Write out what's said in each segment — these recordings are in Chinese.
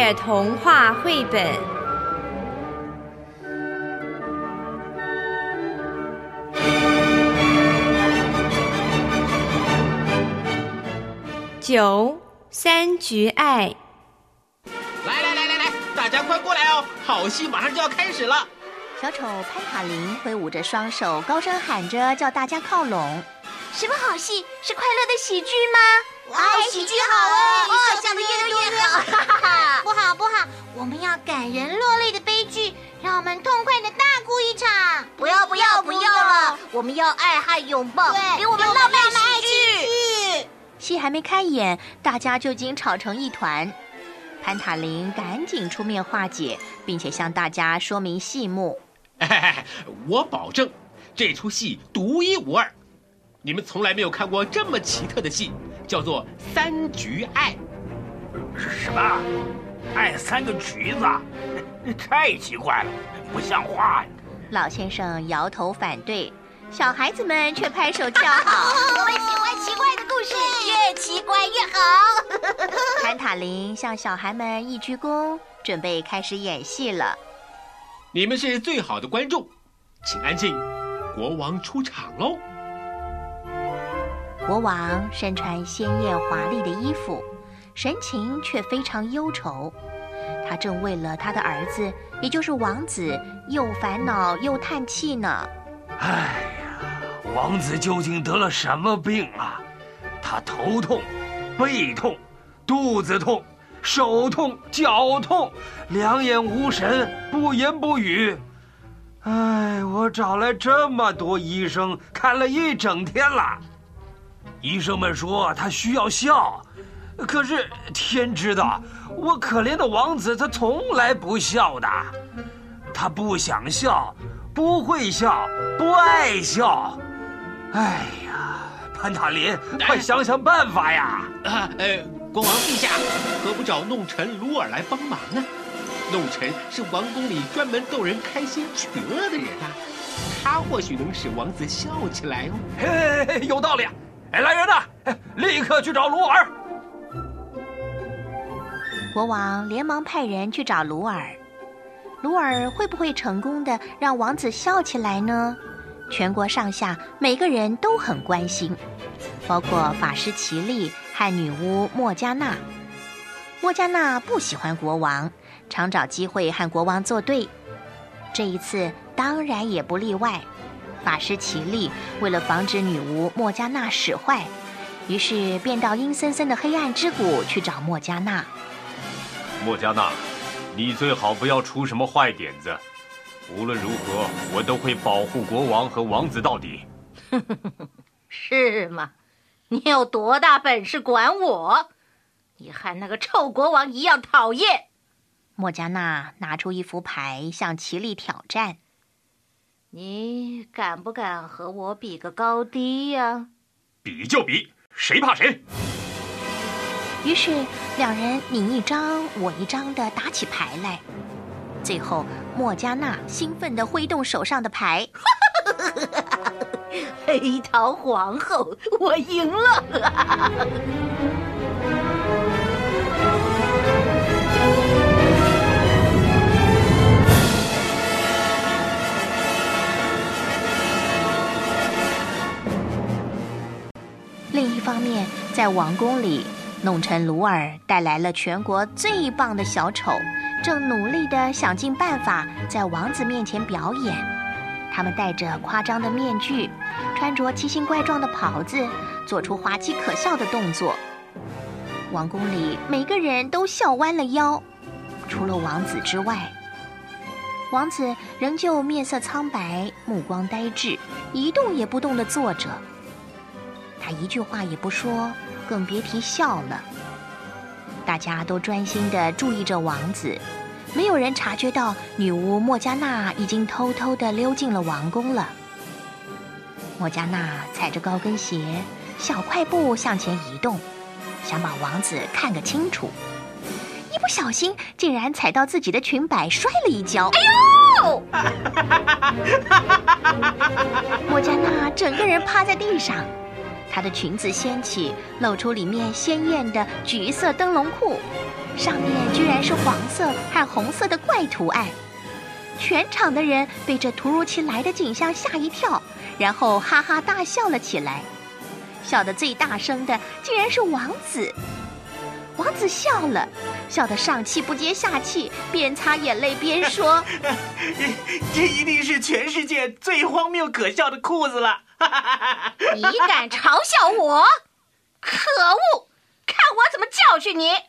的童话绘本。9三局爱。 来，大家快过来哦，好戏马上就要开始了。 小丑潘塔林挥舞着双手，高声喊着，叫大家靠拢。 什么好戏？是快乐的喜剧吗？喜剧好哦，想得越多越好。不好，我们要感人落泪的悲剧，让我们痛快的大哭一场。不要了，我们要爱和拥抱，给我们浪漫喜剧。 戏还没开演，大家就已经吵成一团。潘塔林赶紧出面化解，并且向大家说明戏目。 我保证，这出戏独一无二，你们从来没有看过这么奇特的戏，叫做三局爱。 什么？爱3个橘子？太奇怪了，不像话呀！ 老先生摇头反对，小孩子们却拍手叫好。 我们喜欢奇怪的故事，越奇怪越好。 潘塔林向小孩们一鞠躬，准备开始演戏了。 你们是最好的观众，请安静，国王出场喽。 国王身穿鲜艳华丽的衣服，神情却非常忧愁。他正为了他的儿子，也就是王子，又烦恼又叹气呢。 哎呀，王子究竟得了什么病啊？他头痛、背痛、肚子痛、手痛、脚痛，两眼无神，不言不语。哎，我找来这么多医生，看了一整天了。医生们说他需要笑，可是天知道，我可怜的王子他从来不笑的。他不想笑，不会笑，不爱笑。哎呀，潘塔林，快想想办法呀！ 国王陛下，何不找弄臣鲁尔来帮忙呢？弄臣是王宫里专门逗人开心取乐的人啊，他或许能使王子笑起来哦。 嘿，有道理啊！来人呐，立刻去找鲁尔。 国王连忙派人去找鲁尔。鲁尔会不会成功的让王子笑起来呢？全国上下每个人都很关心，包括法师奇丽和女巫莫加娜。莫加娜不喜欢国王，常找机会和国王作对。这一次当然也不例外。法师奇丽为了防止女巫莫加娜使坏，于是便到阴森森的黑暗之谷去找莫加娜。 莫加娜，你最好不要出什么坏点子。无论如何，我都会保护国王和王子到底。 是吗？你有多大本事管我？你和那个臭国王一样讨厌。 莫加娜拿出一副牌向奇丽挑战。 你敢不敢和我比个高低呀？ 比就比，谁怕谁？ 于是两人你一张我一张的打起牌来。最后莫加娜兴奋地挥动手上的牌。 黑桃皇后，我赢了。 另一方面，在王宫里，弄臣鲁尔带来了全国最棒的小丑，正努力地想尽办法在王子面前表演。他们戴着夸张的面具，穿着奇形怪状的袍子，做出滑稽可笑的动作。王宫里每个人都笑弯了腰，除了王子之外。王子仍旧面色苍白，目光呆滞，一动也不动地坐着。他一句话也不说，更别提笑了。大家都专心地注意着王子，没有人察觉到女巫莫加娜已经偷偷地溜进了王宫了。莫加娜踩着高跟鞋，小快步向前移动，想把王子看个清楚。一不小心竟然踩到自己的裙摆，摔了一跤。哎呦！莫加娜整个人趴在地上。 她的裙子掀起，露出里面鲜艳的橘色灯笼裤，上面居然是黄色和红色的怪图案。全场的人被这突如其来的景象吓一跳，然后哈哈大笑了起来。笑得最大声的竟然是王子。王子笑了，笑得上气不接下气，边擦眼泪边说：“ 这一定是全世界最荒谬可笑的裤子了！” 你敢嘲笑我？可恶！看我怎么教训你！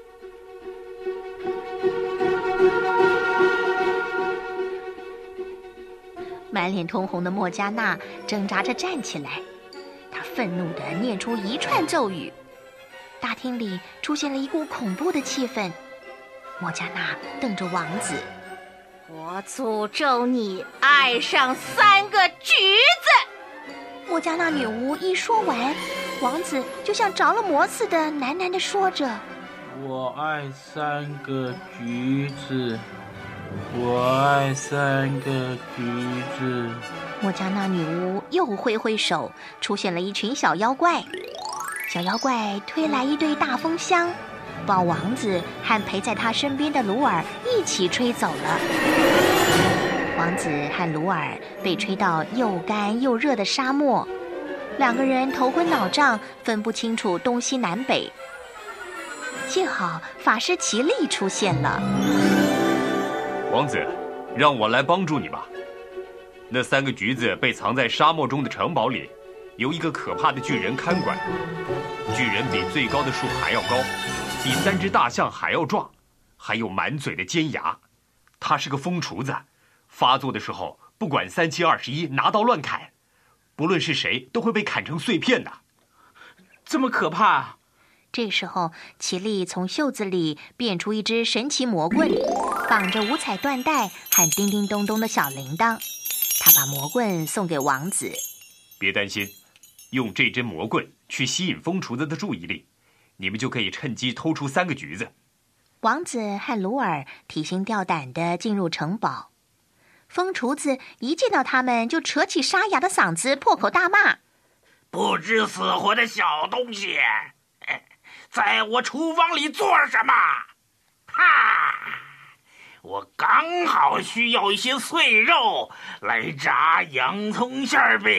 满脸通红的莫加娜挣扎着站起来，她愤怒地念出一串咒语。大厅里出现了一股恐怖的气氛。莫加娜瞪着王子：“ 我诅咒你爱上3个橘子！” 莫加娜女巫一说完，王子就像着了魔似的喃喃地说着：“ 我爱3个橘子，我爱3个橘子。” 莫加娜女巫又挥挥手，出现了一群小妖怪。小妖怪推来一对大风箱，把王子和陪在他身边的鲁尔一起吹走了。王子和鲁尔被吹到又干又热的沙漠，两个人头昏脑胀，分不清楚东西南北。幸好法师奇力出现了。 王子，让我来帮助你吧。那3个橘子被藏在沙漠中的城堡里，由一个可怕的巨人看管。巨人比最高的树还要高，比3只大象还要壮，还有满嘴的尖牙。他是个疯厨子，发作的时候不管3七21，拿刀乱砍，不论是谁都会被砍成碎片的。 这么可怕？ 这时候，奇力从袖子里变出一只神奇魔棍，绑着5彩缎带和叮叮咚咚的小铃铛。他把魔棍送给王子。 别担心，用这针魔棍去吸引疯厨子的注意力，你们就可以趁机偷出3个橘子。 王子和鲁尔提心吊胆地进入城堡。疯厨子一见到他们就扯起沙哑的嗓子破口大骂：“ 不知死活的小东西，在我厨房里做什么？哈！我刚好需要一些碎肉来炸洋葱馅饼。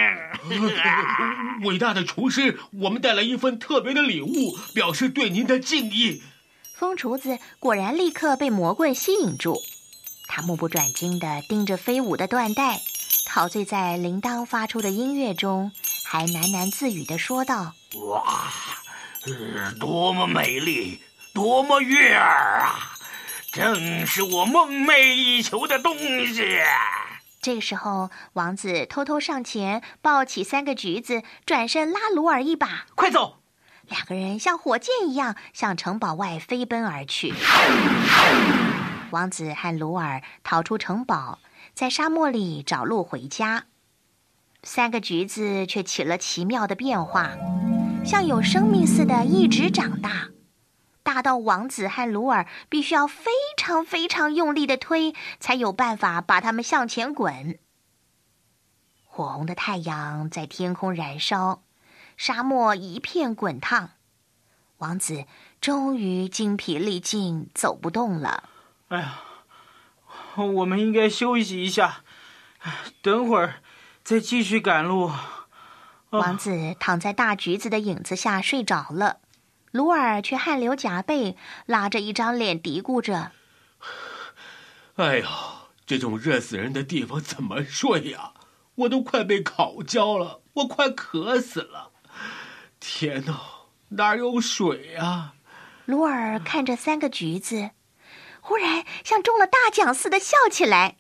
伟大的厨师，我们带来一份特别的礼物，表示对您的敬意。” 疯厨子果然立刻被魔棍吸引住，他目不转睛地盯着飞舞的缎带，陶醉在铃铛发出的音乐中，还喃喃自语地说道：“ 哇，多么美丽，多么悦耳啊！正是我梦寐以求的东西。” 这个时候，王子偷偷上前抱起3个橘子，转身拉鲁尔一把：“ 快走！” 两个人像火箭一样向城堡外飞奔而去。王子和鲁尔逃出城堡，在沙漠里找路回家。3个橘子却起了奇妙的变化，像有生命似的一直长大，大到王子和鲁尔必须要非常非常用力的推，才有办法把它们向前滚。火红的太阳在天空燃烧，沙漠一片滚烫，王子终于精疲力尽，走不动了。 哎呀，我们应该休息一下，等会儿再继续赶路。 王子躺在大橘子的影子下睡着了，鲁尔却汗流浃背，拉着一张脸嘀咕着：“ 哎呦，这种热死人的地方怎么睡呀？我都快被烤焦了，我快渴死了。天哪，哪有水啊？” 鲁尔看着3个橘子，忽然像中了大奖似的笑起来。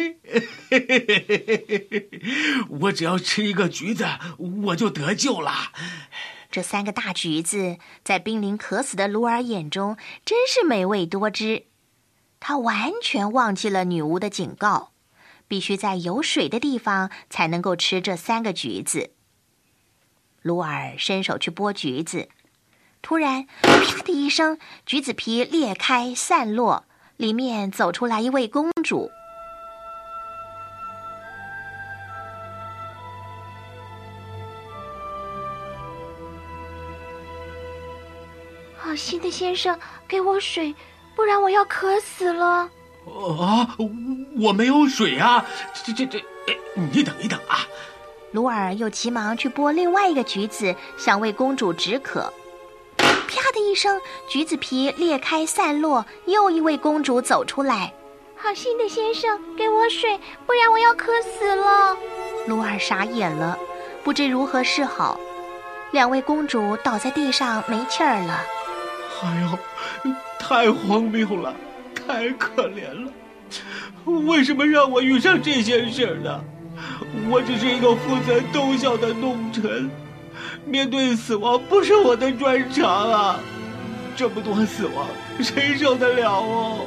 我只要吃1个橘子，我就得救了。 这3个大橘子在濒临渴死的鲁尔眼中真是美味多汁。他完全忘记了女巫的警告，必须在有水的地方才能够吃这3个橘子。鲁尔伸手去剥橘子，突然啪的一声，橘子皮裂开散落，里面走出来一位公主。 好心的先生，给我水，不然我要渴死了。 我没有水啊！你等一等啊！ 鲁尔又急忙去剥另外一个橘子，想为公主止渴。啪的一声，橘子皮裂开散落，又一位公主走出来。 好心的先生，给我水，不然我要渴死了。 鲁尔傻眼了，不知如何是好。两位公主倒在地上没气儿了。 哎呦，太荒谬了，太可怜了！为什么让我遇上这些事呢？我只是一个负责逗笑的弄臣，面对死亡不是我的专长啊！这么多死亡，谁受得了哦？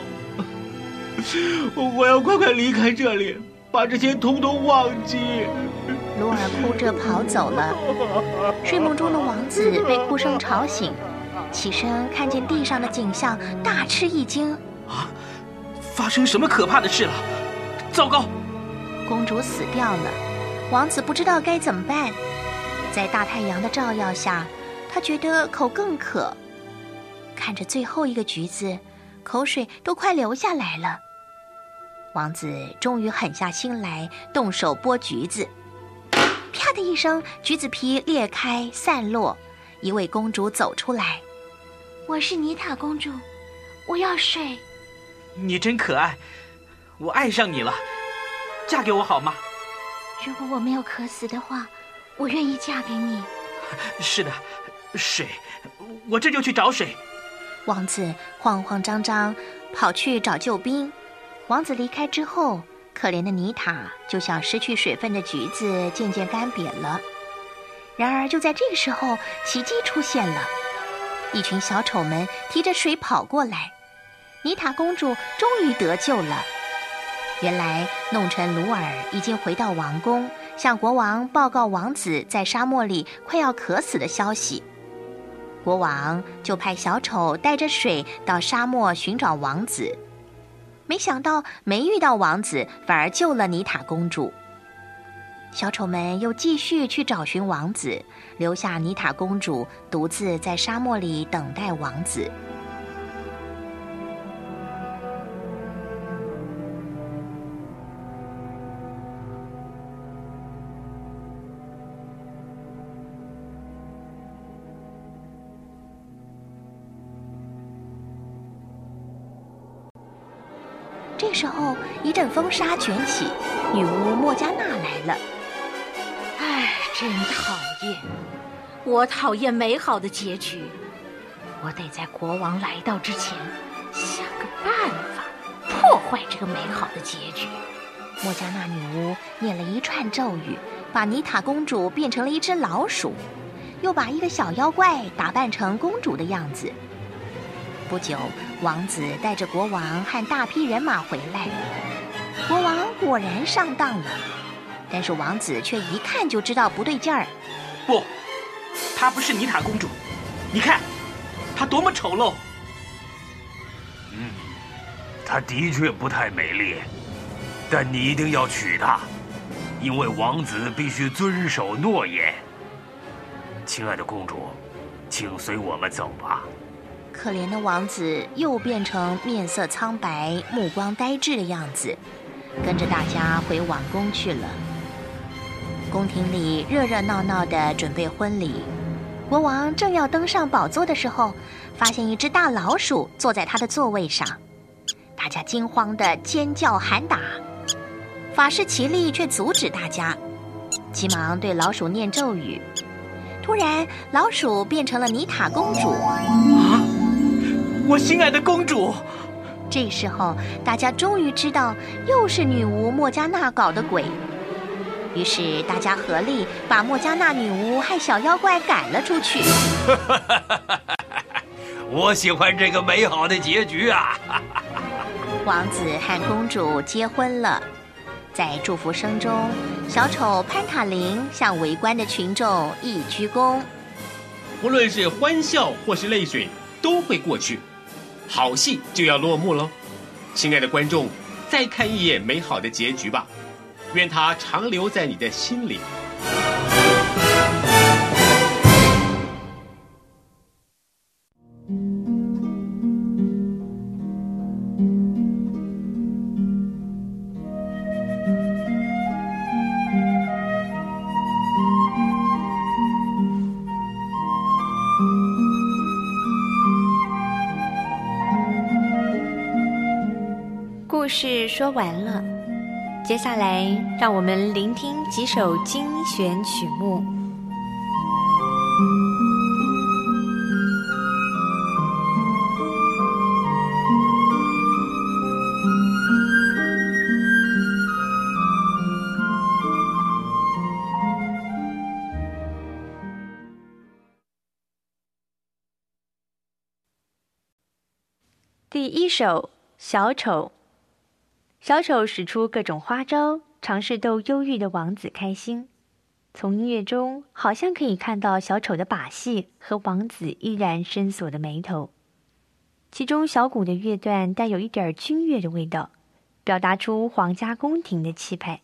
我要快快离开这里，把这些统统忘记。 鲁尔哭着跑走了。睡梦中的王子被哭声吵醒，起身看见地上的景象，大吃一惊。 啊！发生什么可怕的事了？糟糕！ 公主死掉了，王子不知道该怎么办。在大太阳的照耀下，他觉得口更渴，看着最后一个橘子，口水都快流下来了。王子终于狠下心来，动手剥橘子。啪的一声，橘子皮裂开散落，一位公主走出来。 我是妮塔公主，我要水。 你真可爱，我爱上你了，嫁给我好吗？ 如果我没有渴死的话，我愿意嫁给你。 是的，水，我这就去找水。 王子慌慌张张跑去找救兵。王子离开之后，可怜的妮塔就像失去水分的橘子，渐渐干瘪了。然而就在这个时候，奇迹出现了，一群小丑们提着水跑过来，妮塔公主终于得救了。原来弄臣鲁尔已经回到王宫，向国王报告王子在沙漠里快要渴死的消息。国王就派小丑带着水到沙漠寻找王子，没想到没遇到王子，反而救了妮塔公主。小丑们又继续去找寻王子，留下妮塔公主独自在沙漠里等待王子。这时候，一阵风沙卷起，女巫莫加娜来了。 唉，真讨厌！我讨厌美好的结局。我得在国王来到之前，想个办法破坏这个美好的结局。 莫加娜女巫念了一串咒语，把妮塔公主变成了一只老鼠，又把一个小妖怪打扮成公主的样子。不久，王子带着国王和大批人马回来。国王果然上当了，但是王子却一看就知道不对劲儿。 不，她不是妮塔公主，你看，她多么丑陋。 她的确不太美丽，但你一定要娶她，因为王子必须遵守诺言。亲爱的公主，请随我们走吧。 可怜的王子又变成面色苍白、目光呆滞的样子，跟着大家回王宫去了。宫廷里热热闹闹地准备婚礼，国王正要登上宝座的时候，发现一只大老鼠坐在他的座位上，大家惊慌地尖叫喊打，法师奇力却阻止大家，急忙对老鼠念咒语。突然，老鼠变成了妮塔公主。 啊！我心爱的公主！ 这时候，大家终于知道，又是女巫莫加娜搞的鬼。于是，大家合力把莫加娜女巫和小妖怪赶了出去。 我喜欢这个美好的结局啊！ 王子和公主结婚了，在祝福声中，小丑潘塔林向围观的群众一鞠躬。 无论是欢笑或是泪水，都会过去。好戏就要落幕喽，亲爱的观众，再看一眼美好的结局吧，愿它长留在你的心里。 事说完了，接下来让我们聆听几首精选曲目。第一首小丑。小丑使出各种花招，尝试逗忧郁的王子开心。从音乐中好像可以看到小丑的把戏和王子依然深锁的眉头。其中小鼓的乐段带有一点军乐的味道，表达出皇家宫廷的气派。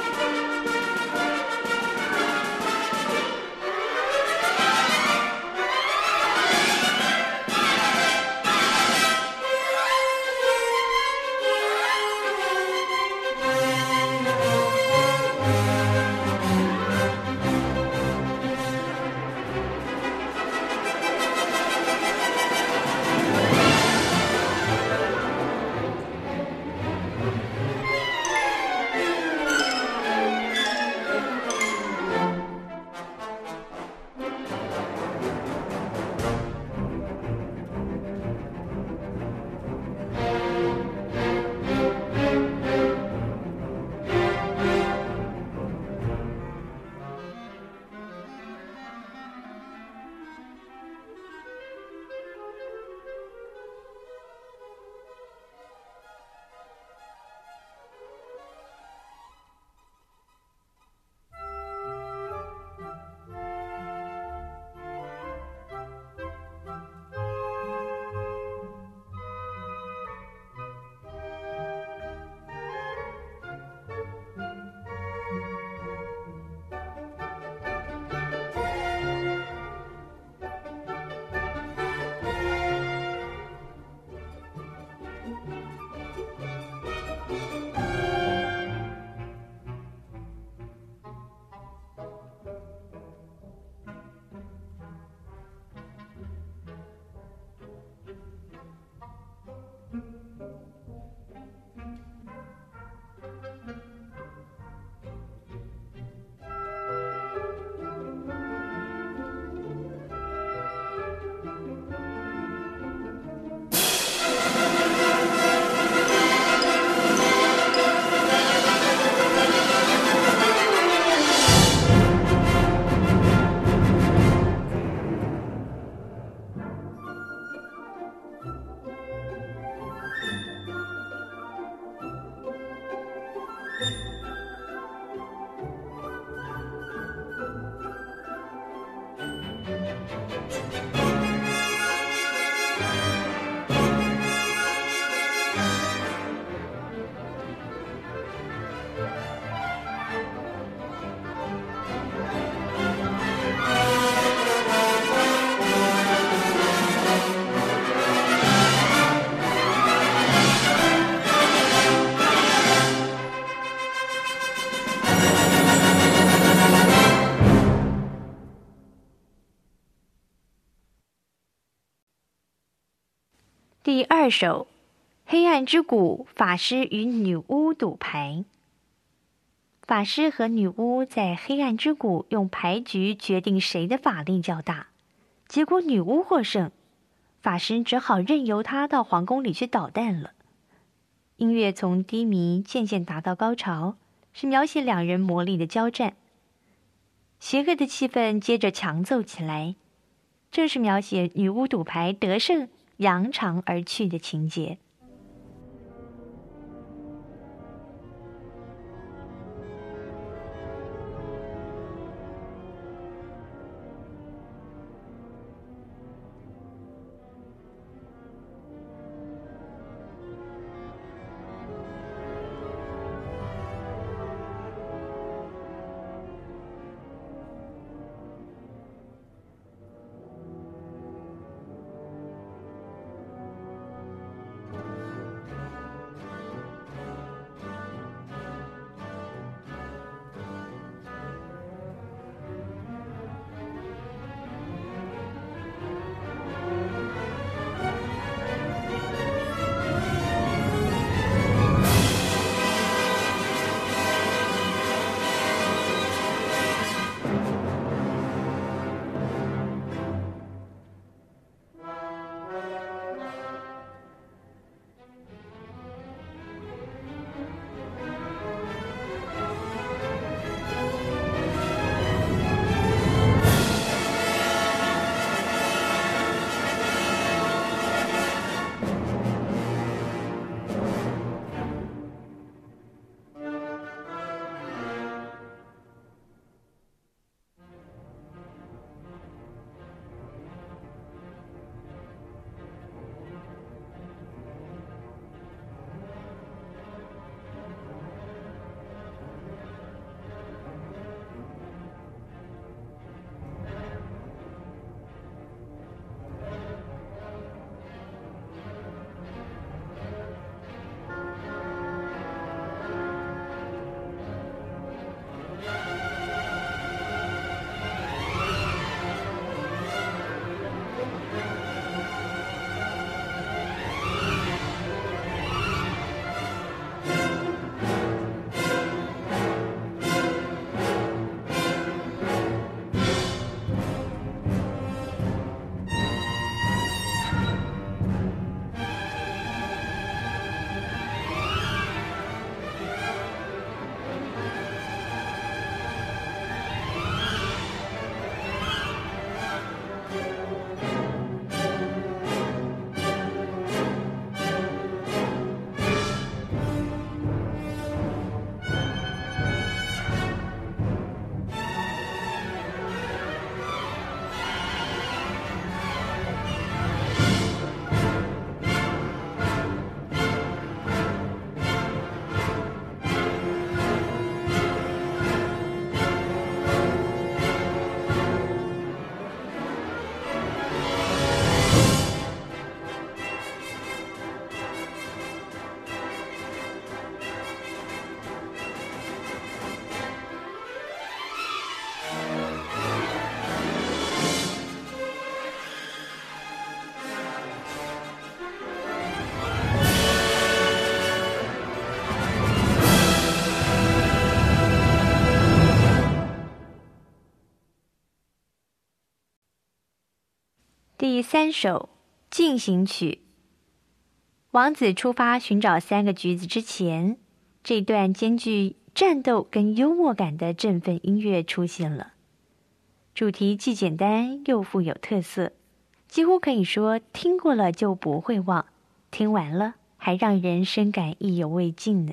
第二首，黑暗之谷，法师与女巫赌牌。法师和女巫在黑暗之谷用牌局决定谁的法力较大，结果女巫获胜，法师只好任由她到皇宫里去捣蛋了。音乐从低迷渐渐达到高潮，是描写两人魔力的交战。邪恶的气氛接着强奏起来，正是描写女巫赌牌得胜扬长而去的情节。 第3首进行曲。王子出发寻找3个橘子之前，这段兼具战斗跟幽默感的振奋音乐出现了。主题既简单又富有特色，几乎可以说听过了就不会忘，听完了还让人深感意犹未尽呢。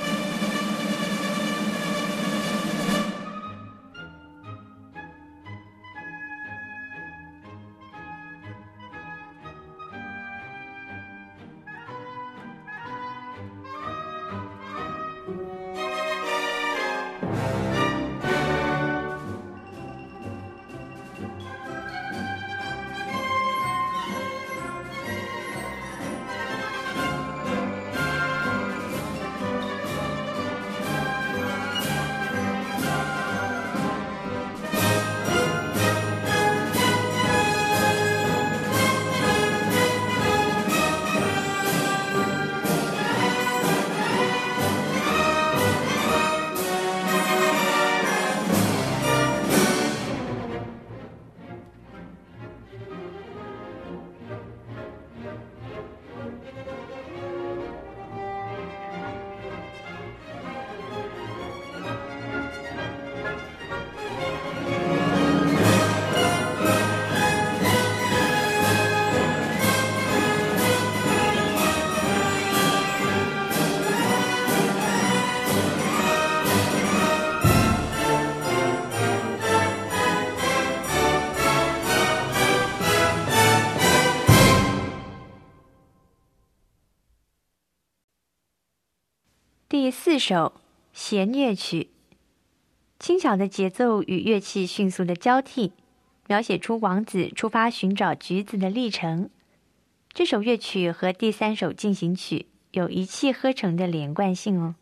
第4首弦乐曲。轻巧的节奏与乐器迅速的交替，描写出王子出发寻找橘子的历程。这首乐曲和第3首进行曲有一气呵成的连贯性哦。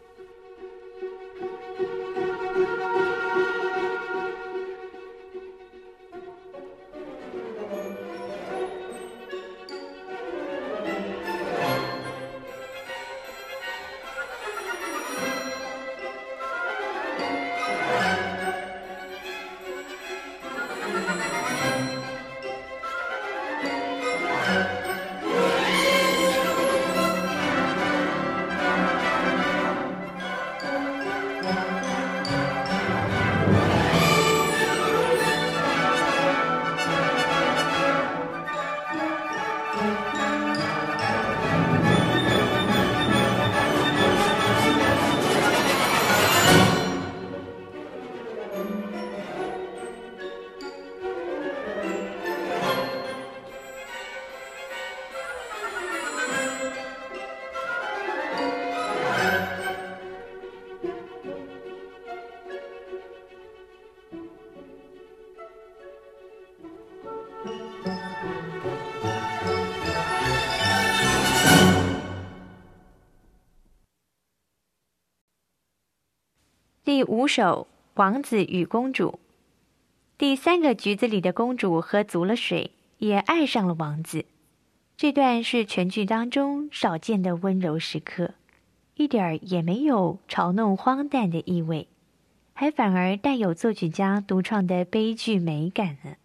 第5首王子与公主。第3个橘子里的公主喝足了水，也爱上了王子。这段是全剧当中少见的温柔时刻，一点儿也没有嘲弄荒诞的意味，还反而带有作曲家独创的悲剧美感呢。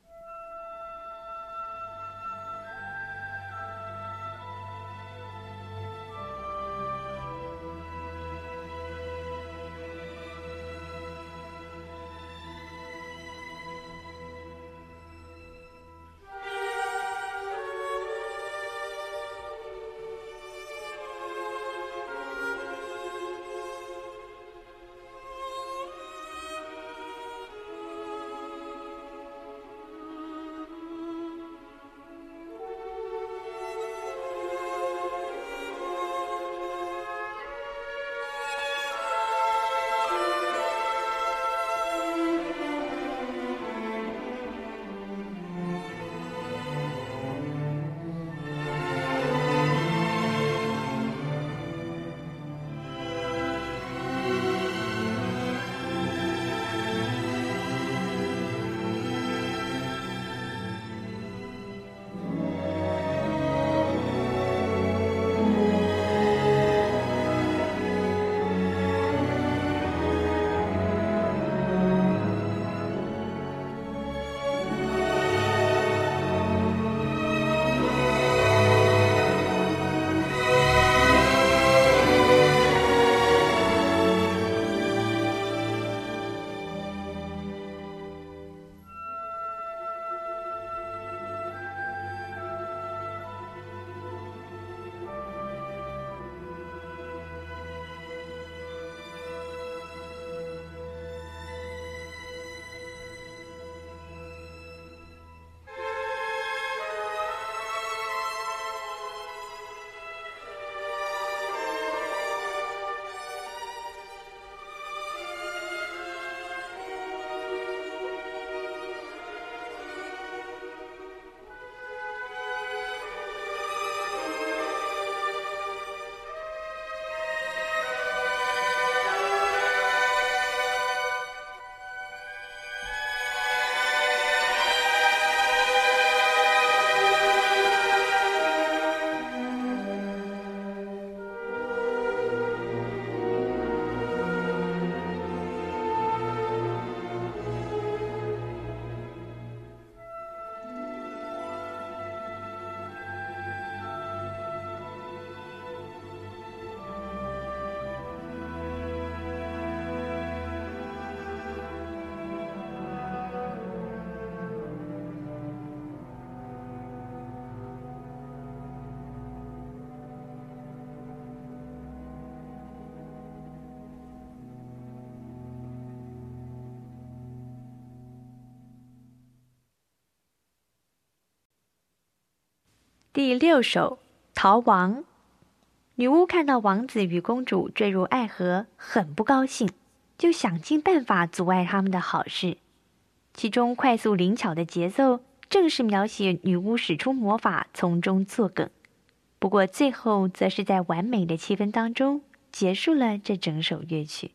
第6首逃亡。女巫看到王子与公主坠入爱河，很不高兴，就想尽办法阻碍他们的好事。其中快速灵巧的节奏，正是描写女巫使出魔法从中作梗。不过最后则是在完美的气氛当中结束了这整首乐曲。